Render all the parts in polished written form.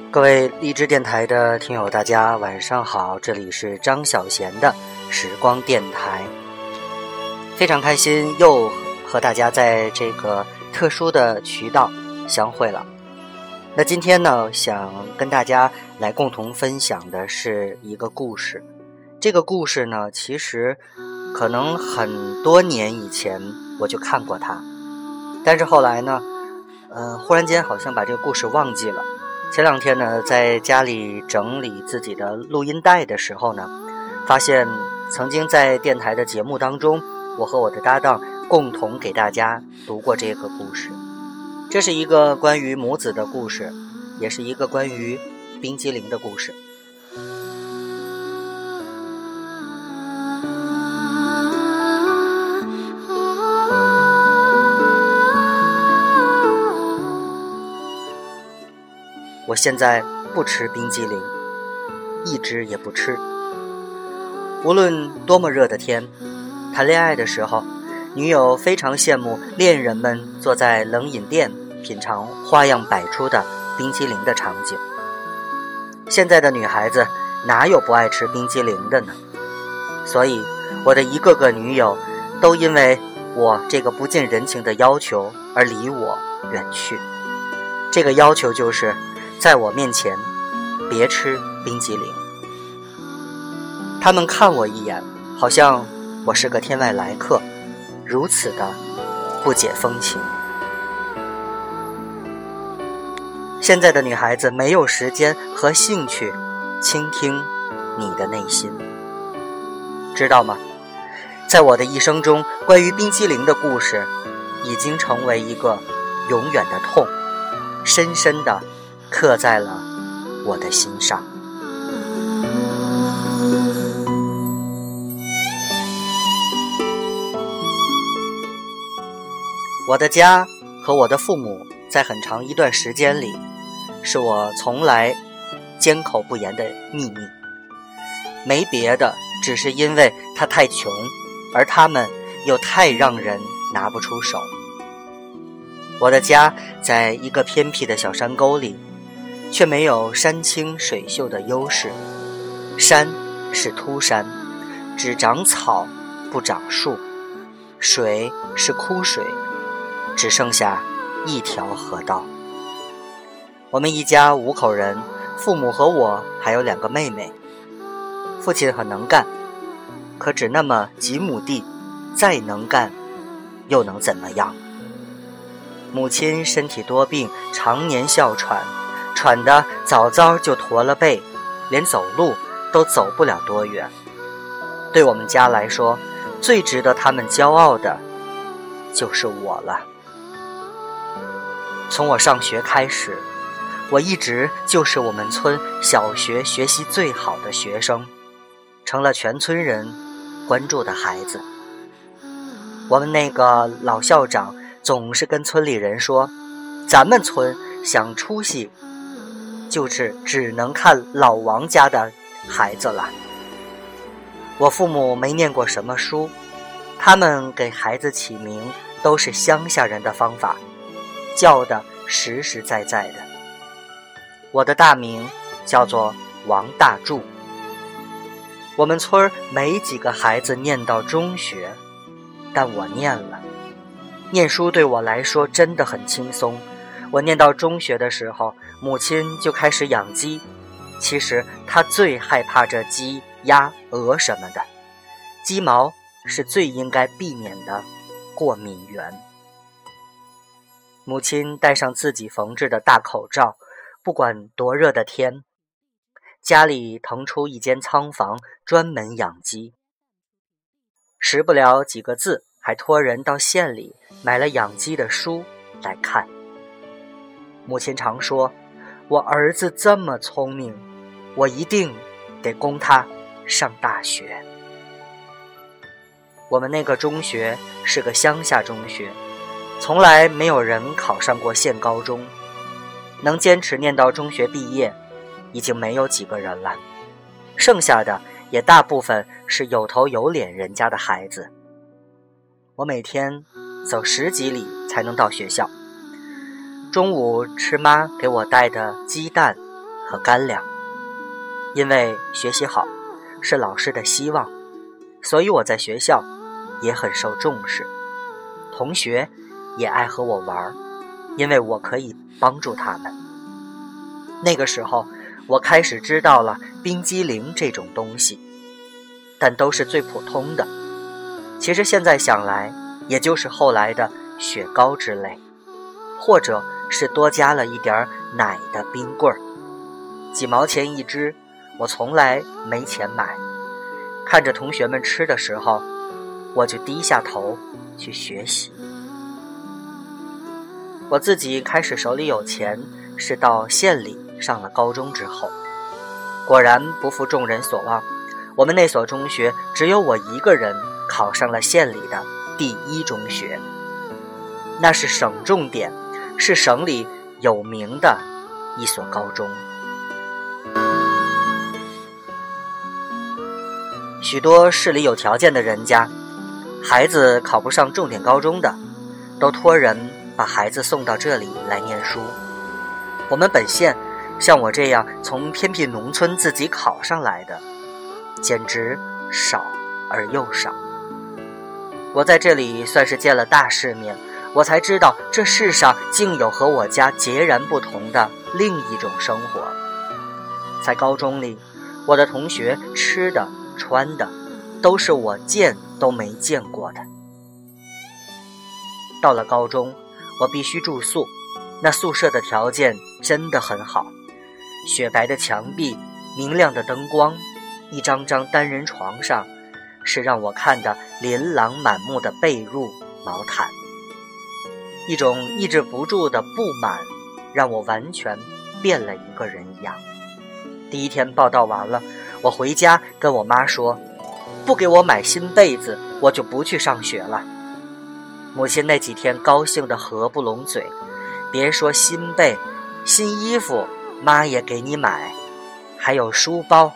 各位荔枝电台的听友大家晚上好，这里是张小贤的时光电台。非常开心又和大家在这个特殊的渠道相会了。那今天呢，想跟大家来共同分享的是一个故事。这个故事呢，其实可能很多年以前我就看过它，但是后来呢忽然间好像把这个故事忘记了。前两天呢，在家里整理自己的录音带的时候呢，发现曾经在电台的节目当中，我和我的搭档共同给大家读过这个故事。这是一个关于母子的故事，也是一个关于冰激凌的故事。我现在不吃冰激凌，一直也不吃。无论多么热的天，谈恋爱的时候，女友非常羡慕恋人们坐在冷饮店品尝花样百出的冰激凌的场景。现在的女孩子哪有不爱吃冰激凌的呢？所以我的一个个女友都因为我这个不近人情的要求而离我远去。这个要求就是在我面前别吃冰激凌。他们看我一眼，好像我是个天外来客，如此的不解风情。现在的女孩子没有时间和兴趣倾听你的内心，知道吗？在我的一生中，关于冰激凌的故事已经成为一个永远的痛，深深地刻在了我的心上。我的家和我的父母在很长一段时间里是我从来缄口不言的秘密，没别的，只是因为他太穷，而他们又太让人拿不出手。我的家在一个偏僻的小山沟里，却没有山清水秀的优势。山是秃山，只长草不长树，水是枯水，只剩下一条河道。我们一家5口人，父母和我还有2个妹妹。父亲很能干，可只那么几亩地，再能干又能怎么样？母亲身体多病，常年哮喘，喘得早早就驼了背，连走路都走不了多远。对我们家来说，最值得他们骄傲的就是我了。从我上学开始，我一直就是我们村小学学习最好的学生，成了全村人关注的孩子。我们那个老校长总是跟村里人说，咱们村想出息就是只能看老王家的孩子了。我父母没念过什么书，他们给孩子起名都是乡下人的方法，叫的实实在在的。我的大名叫做王大柱。我们村没几个孩子念到中学，但我念了。念书对我来说真的很轻松。我念到中学的时候，母亲就开始养鸡。其实她最害怕这鸡、鸭、鹅什么的，鸡毛是最应该避免的过敏源。母亲戴上自己缝制的大口罩，不管多热的天，家里腾出一间仓房专门养鸡。识不了几个字，还托人到县里买了养鸡的书来看。母亲常说，我儿子这么聪明，我一定得供他上大学。我们那个中学是个乡下中学，从来没有人考上过县高中，能坚持念到中学毕业已经没有几个人了，剩下的也大部分是有头有脸人家的孩子。我每天走10几里才能到学校，中午吃妈给我带的鸡蛋和干粮。因为学习好是老师的希望，所以我在学校也很受重视，同学也爱和我玩，因为我可以帮助他们。那个时候我开始知道了冰激凌这种东西，但都是最普通的，其实现在想来也就是后来的雪糕之类，或者是多加了一点奶的冰棍儿，几毛钱一支，我从来没钱买。看着同学们吃的时候，我就低下头去学习。我自己开始手里有钱，是到县里上了高中之后。果然不负众人所望，我们那所中学只有我一个人考上了县里的第一中学，那是省重点，是省里有名的一所高中。许多市里有条件的人家，孩子考不上重点高中的，都托人把孩子送到这里来念书。我们本县像我这样从偏僻农村自己考上来的，简直少而又少。我在这里算是见了大世面，我才知道这世上竟有和我家截然不同的另一种生活。在高中里，我的同学吃的穿的都是我见都没见过的。到了高中，我必须住宿，那宿舍的条件真的很好，雪白的墙壁，明亮的灯光，一张张单人床上是让我看得琳琅满目的被褥毛毯。一种抑制不住的不满让我完全变了一个人一样。第一天报到完了，我回家跟我妈说，不给我买新被子，我就不去上学了。母亲那几天高兴得合不拢嘴，别说新被、新衣服，妈也给你买，还有书包。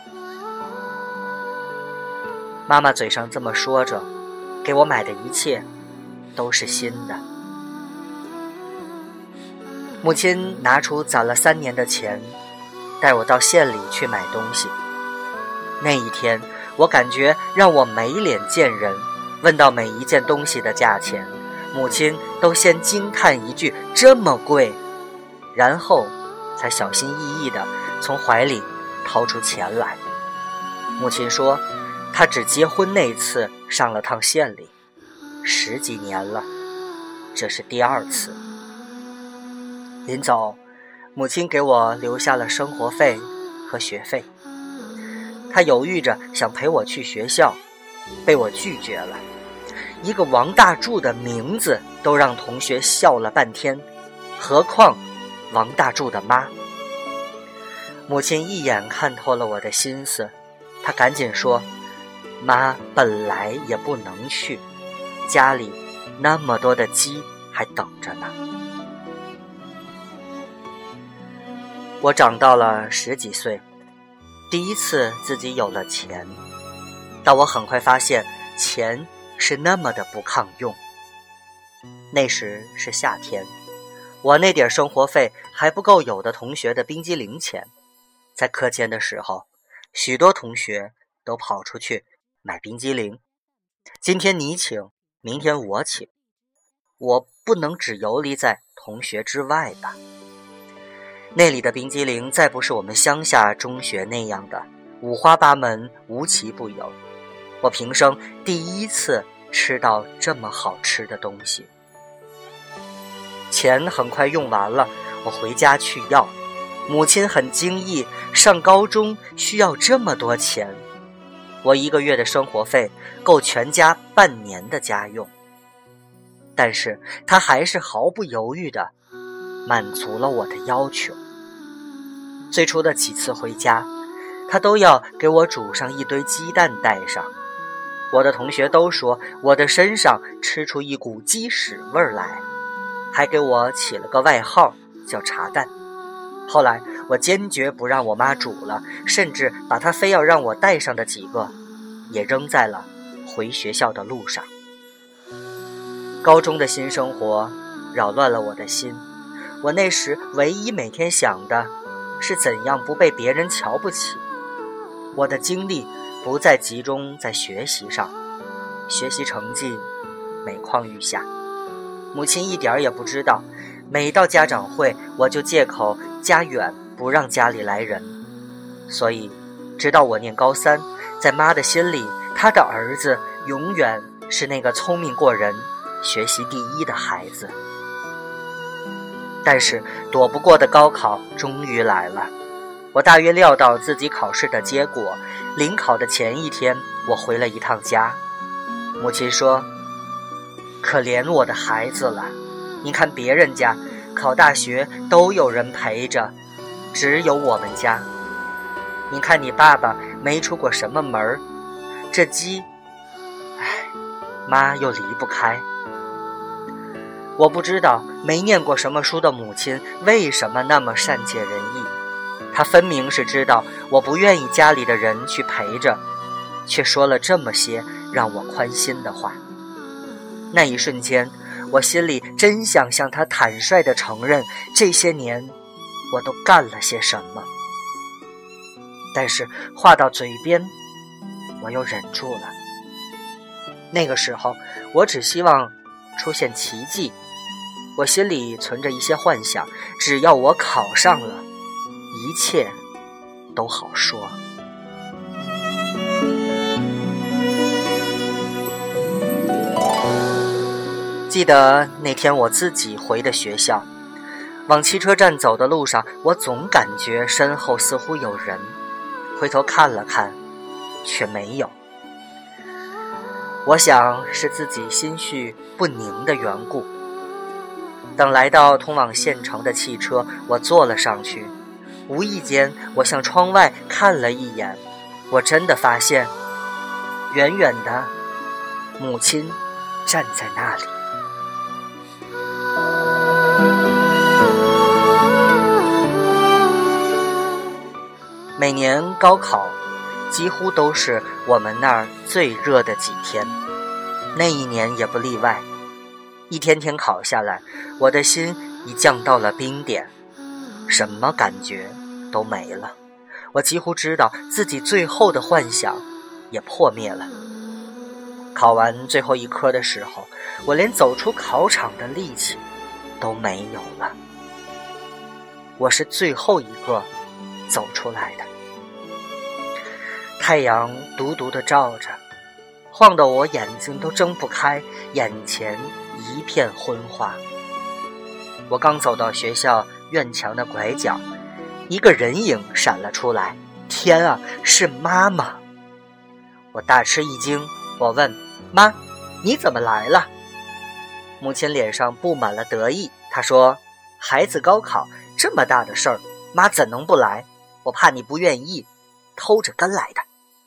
妈妈嘴上这么说着，给我买的一切都是新的。母亲拿出攒了3年的钱，带我到县里去买东西。那一天，我感觉让我没脸见人，问到每一件东西的价钱，母亲都先惊叹一句这么贵，然后才小心翼翼地从怀里掏出钱来。母亲说，她只结婚那次上了趟县里，10几年了，这是第2次。临走，母亲给我留下了生活费和学费。她犹豫着想陪我去学校，被我拒绝了。一个王大柱的名字都让同学笑了半天，何况王大柱的妈。母亲一眼看透了我的心思，她赶紧说，妈本来也不能去，家里那么多的鸡还等着呢。我长到了10几岁，第一次自己有了钱，但我很快发现钱是那么的不抗用。那时是夏天，我那点生活费还不够有的同学的冰激凌钱。在课间的时候，许多同学都跑出去买冰激凌，今天你请，明天我请，我不能只游离在同学之外吧。那里的冰激凌再不是我们乡下中学那样的五花八门无奇不有，我平生第一次吃到这么好吃的东西。钱很快用完了，我回家去要，母亲很惊异，上高中需要这么多钱。我1个月的生活费够全家半年的家用，但是她还是毫不犹豫地满足了我的要求。最初的几次回家，她都要给我煮上一堆鸡蛋带上。我的同学都说我的身上吃出一股鸡屎味儿来，还给我起了个外号叫茶蛋。后来我坚决不让我妈煮了，甚至把她非要让我带上的几个也扔在了回学校的路上。高中的新生活扰乱了我的心，我那时唯一每天想的是怎样不被别人瞧不起。我的精力不再集中在学习上，学习成绩每况愈下。母亲一点也不知道，每到家长会我就借口家远不让家里来人。所以直到我念高3，在妈的心里，她的儿子永远是那个聪明过人、学习第一的孩子。但是躲不过的高考终于来了，我大约料到自己考试的结果。临考的前一天，我回了一趟家。母亲说，可怜我的孩子了，你看别人家考大学都有人陪着，只有我们家。你看你爸爸没出过什么门，这鸡，妈又离不开。我不知道没念过什么书的母亲为什么那么善解人意，她分明是知道我不愿意家里的人去陪着，却说了这么些让我宽心的话。那一瞬间，我心里真想向她坦率地承认，这些年我都干了些什么。但是话到嘴边，我又忍住了。那个时候，我只希望出现奇迹。我心里存着一些幻想，只要我考上了，一切都好说。记得那天我自己回的学校，往汽车站走的路上，我总感觉身后似乎有人，回头看了看，却没有。我想是自己心绪不宁的缘故。等来到通往县城的汽车，我坐了上去，无意间我向窗外看了一眼，我真的发现远远的母亲站在那里。每年高考几乎都是我们那儿最热的几天，那一年也不例外。一天天考下来，我的心已降到了冰点，什么感觉都没了。我几乎知道自己最后的幻想也破灭了。考完最后一科的时候，我连走出考场的力气都没有了。我是最后一个走出来的。太阳毒毒地照着，晃得我眼睛都睁不开，眼前一片昏花。我刚走到学校院墙的拐角，一个人影闪了出来。天啊，是妈妈！我大吃一惊，我问妈，你怎么来了？母亲脸上布满了得意，她说，孩子高考这么大的事儿，妈怎能不来？我怕你不愿意，偷着跟来的。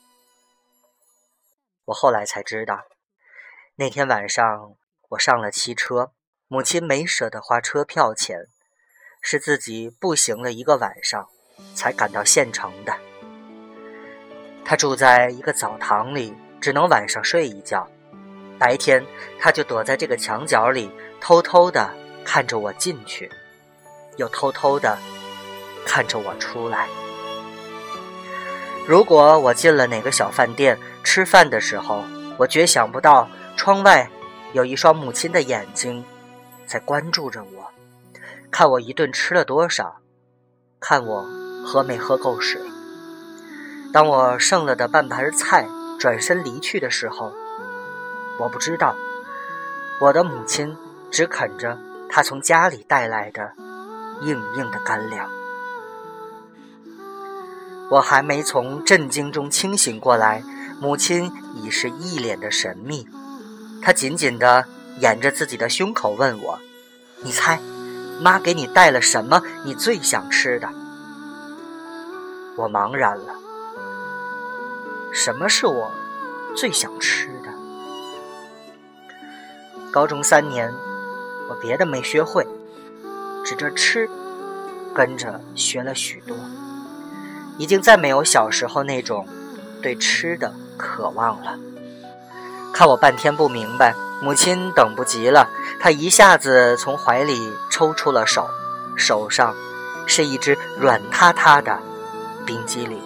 我后来才知道，那天晚上我上了汽车，母亲没舍得花车票钱，是自己步行了一个晚上才赶到县城的。她住在一个澡堂里，只能晚上睡一觉，白天她就躲在这个墙角里，偷偷地看着我进去，又偷偷地看着我出来。如果我进了哪个小饭店吃饭的时候，我绝想不到窗外有一双母亲的眼睛在关注着我，看我一顿吃了多少，看我喝没喝够水。当我剩了的半盘菜转身离去的时候，我不知道我的母亲只啃着她从家里带来的硬硬的干粮。我还没从震惊中清醒过来，母亲已是一脸的神秘。她紧紧地掩着自己的胸口问我，你猜妈给你带了什么你最想吃的？我茫然了，什么是我最想吃的？高中3年，我别的没学会，只这吃跟着学了许多，已经再没有小时候那种对吃的渴望了。看我半天不明白，母亲等不及了，她一下子从怀里抽出了手，手上是一只软塌塌的冰激凌。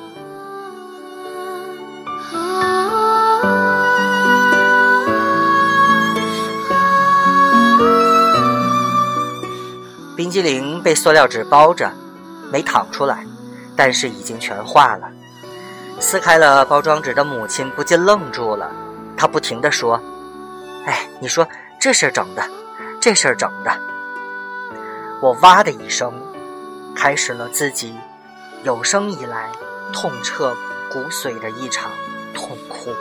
冰激凌被塑料纸包着，没淌出来，但是已经全化了。撕开了包装纸的母亲不禁愣住了，她不停地说：“哎，你说这事儿整的，这事儿整的。”我哇的一声，开始了自己有生以来痛彻骨髓的一场痛哭。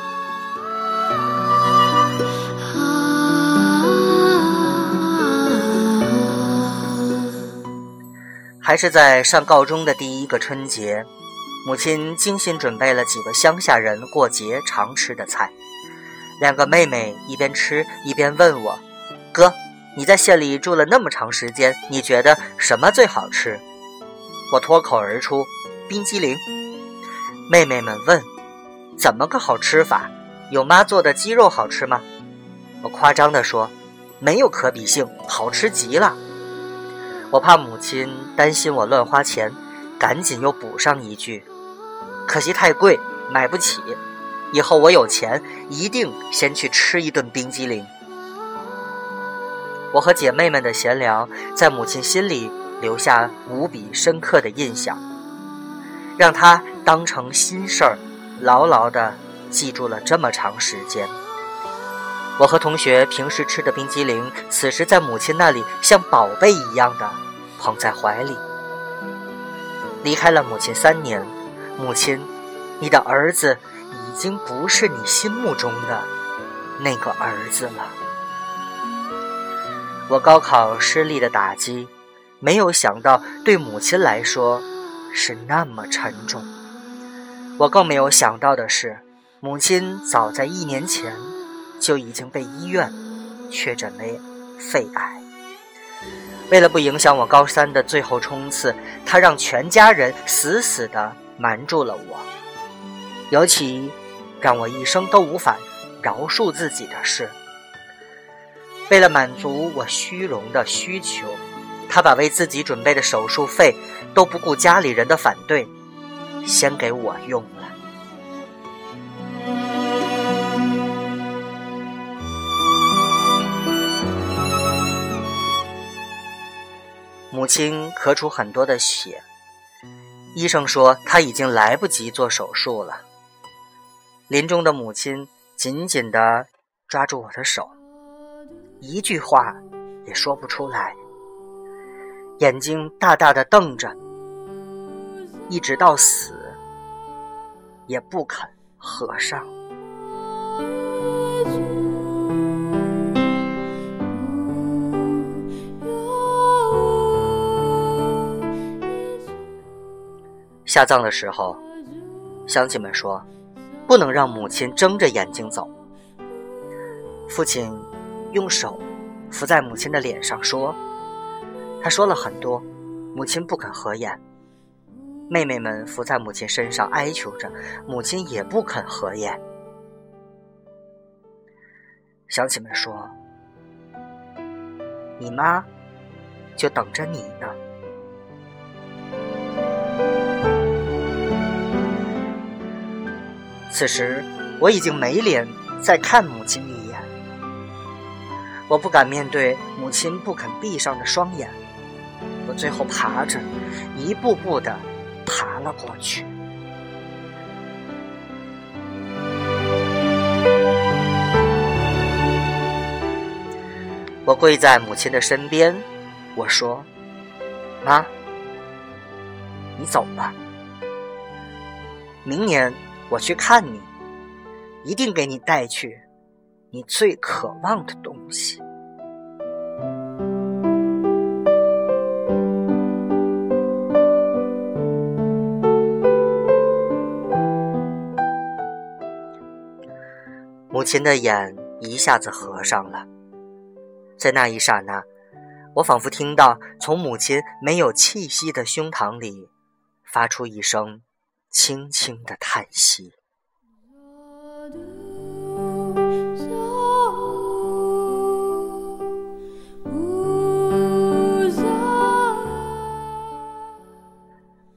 还是在上高中的第一个春节，母亲精心准备了几个乡下人过节常吃的菜。两个妹妹一边吃一边问我：“哥，你在县里住了那么长时间，你觉得什么最好吃？”我脱口而出：“冰激凌。”妹妹们问：“怎么个好吃法？有妈做的鸡肉好吃吗？”我夸张地说：“没有可比性，好吃极了。”我怕母亲担心我乱花钱，赶紧又补上一句：“可惜太贵，买不起。以后我有钱，一定先去吃一顿冰激凌。”我和姐妹们的闲聊，在母亲心里留下无比深刻的印象，让她当成心事儿，牢牢地记住了这么长时间。我和同学平时吃的冰激凌，此时在母亲那里像宝贝一样的捧在怀里。离开了母亲3年，母亲，你的儿子已经不是你心目中的那个儿子了。我高考失利的打击，没有想到对母亲来说是那么沉重。我更没有想到的是，母亲早在1年前就已经被医院确诊为肺癌。为了不影响我高3的最后冲刺，她让全家人死死地瞒住了我。尤其让我一生都无法饶恕自己的是，为了满足我虚荣的需求，她把为自己准备的手术费都不顾家里人的反对，先给我用了。母亲咳出很多的血，医生说她已经来不及做手术了。临终的母亲紧紧地抓住我的手，一句话也说不出来，眼睛大大的瞪着，一直到死也不肯合上。下葬的时候，乡亲们说不能让母亲睁着眼睛走。父亲用手扶在母亲的脸上说，他说了很多，母亲不肯合眼。妹妹们伏在母亲身上哀求着，母亲也不肯合眼。乡亲们说，你妈就等着你呢。此时我已经没脸再看母亲一眼，我不敢面对母亲不肯闭上的双眼，我最后爬着一步步地爬了过去。我跪在母亲的身边，我说，妈，你走吧，明年我去看你，一定给你带去你最渴望的东西。母亲的眼一下子合上了，在那一刹那，我仿佛听到从母亲没有气息的胸膛里发出一声轻轻的叹息。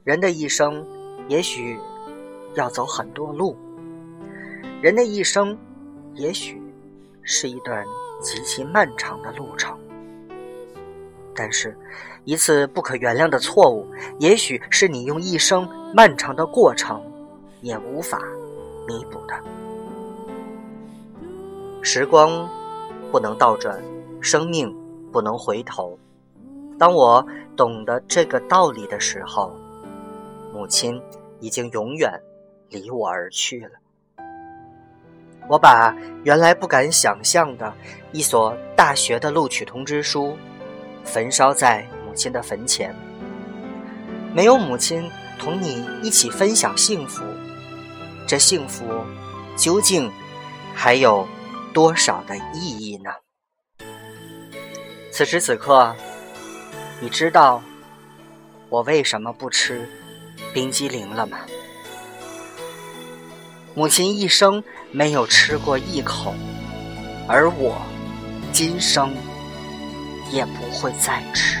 人的一生也许要走很多路，人的一生也许是一段极其漫长的路程，但是一次不可原谅的错误，也许是你用一生漫长的过程也无法弥补的。时光不能倒转，生命不能回头。当我懂得这个道理的时候，母亲已经永远离我而去了。我把原来不敢想象的一所大学的录取通知书焚烧在母亲的坟前。没有母亲同你一起分享幸福，这幸福究竟还有多少的意义呢？此时此刻，你知道我为什么不吃冰激凌了吗？母亲一生没有吃过一口，而我今生也不会再吃。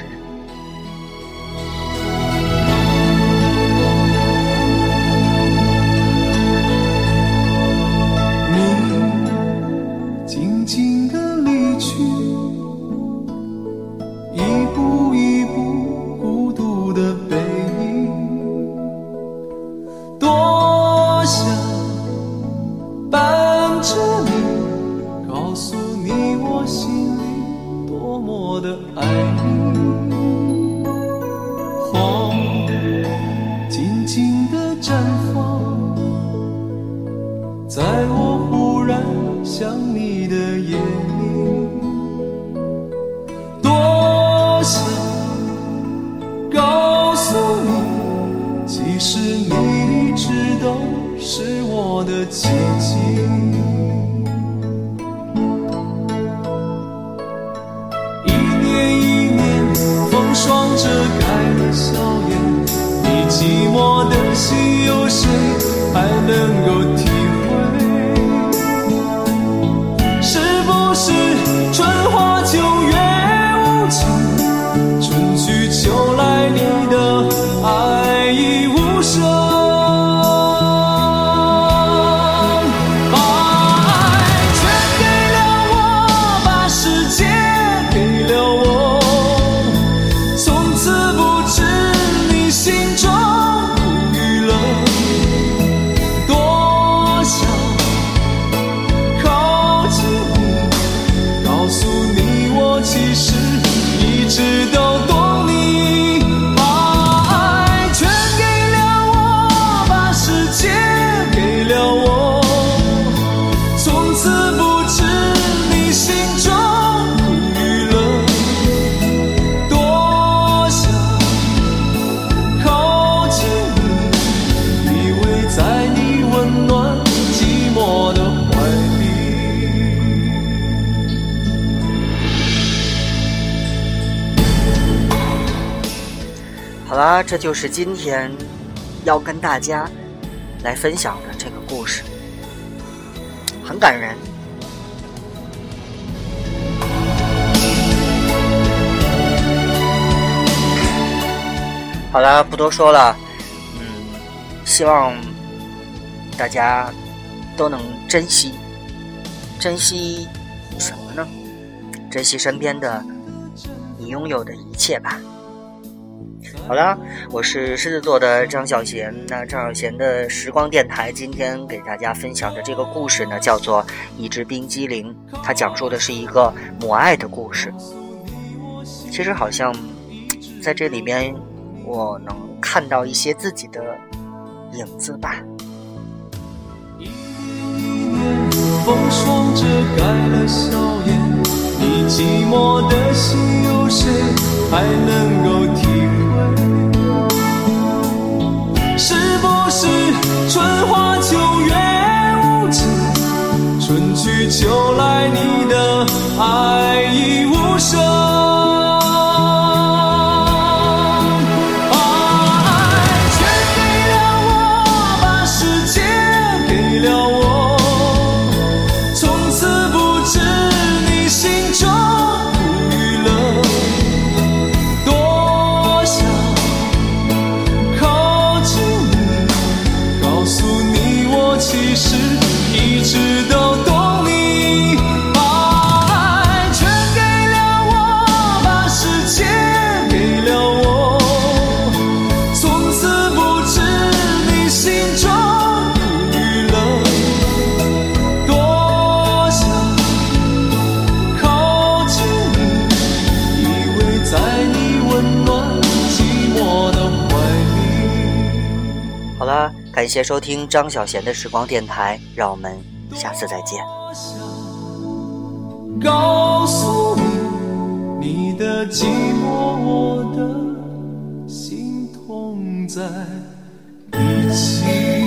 你静静地离去，一步一步孤独的背影，多想伴着你，告诉你我心里多么的爱你。花静静地绽放，在我忽然想你的夜里，多想告诉你，其实你一直都是我的奇迹。一年一年风霜遮盖了笑颜，你寂寞的心有谁还能够体会？是不是春花秋月无情，春去秋来你的爱已无声？把爱全给了我，把世界给了我，从此不知你心中苦与乐。多想靠近你，告诉你我其实一直都懂你。把爱全给了我，把世界给了我，从此不知你心中苦与乐。多想靠近你，依偎在你温暖寂寞的怀里。 好啦，这就是今天要跟大家来分享的这个故事，很感人。好了，不多说了，希望大家都能珍惜什么呢？珍惜身边的你拥有的一切吧。好了，我是狮子座的张小贤。那张小贤的时光电台今天给大家分享的这个故事呢，叫做一只冰激凌。它讲述的是一个母爱的故事。其实好像在这里面我能看到一些自己的影子吧。 风霜遮盖了笑颜，你寂寞的心有谁还能够体会？是不是春花秋月无情，春去秋来你的爱已无声？靠感谢收听张小娴的时光电台，让我们下次再见。 告诉你，你的寂寞，我的心痛在一起。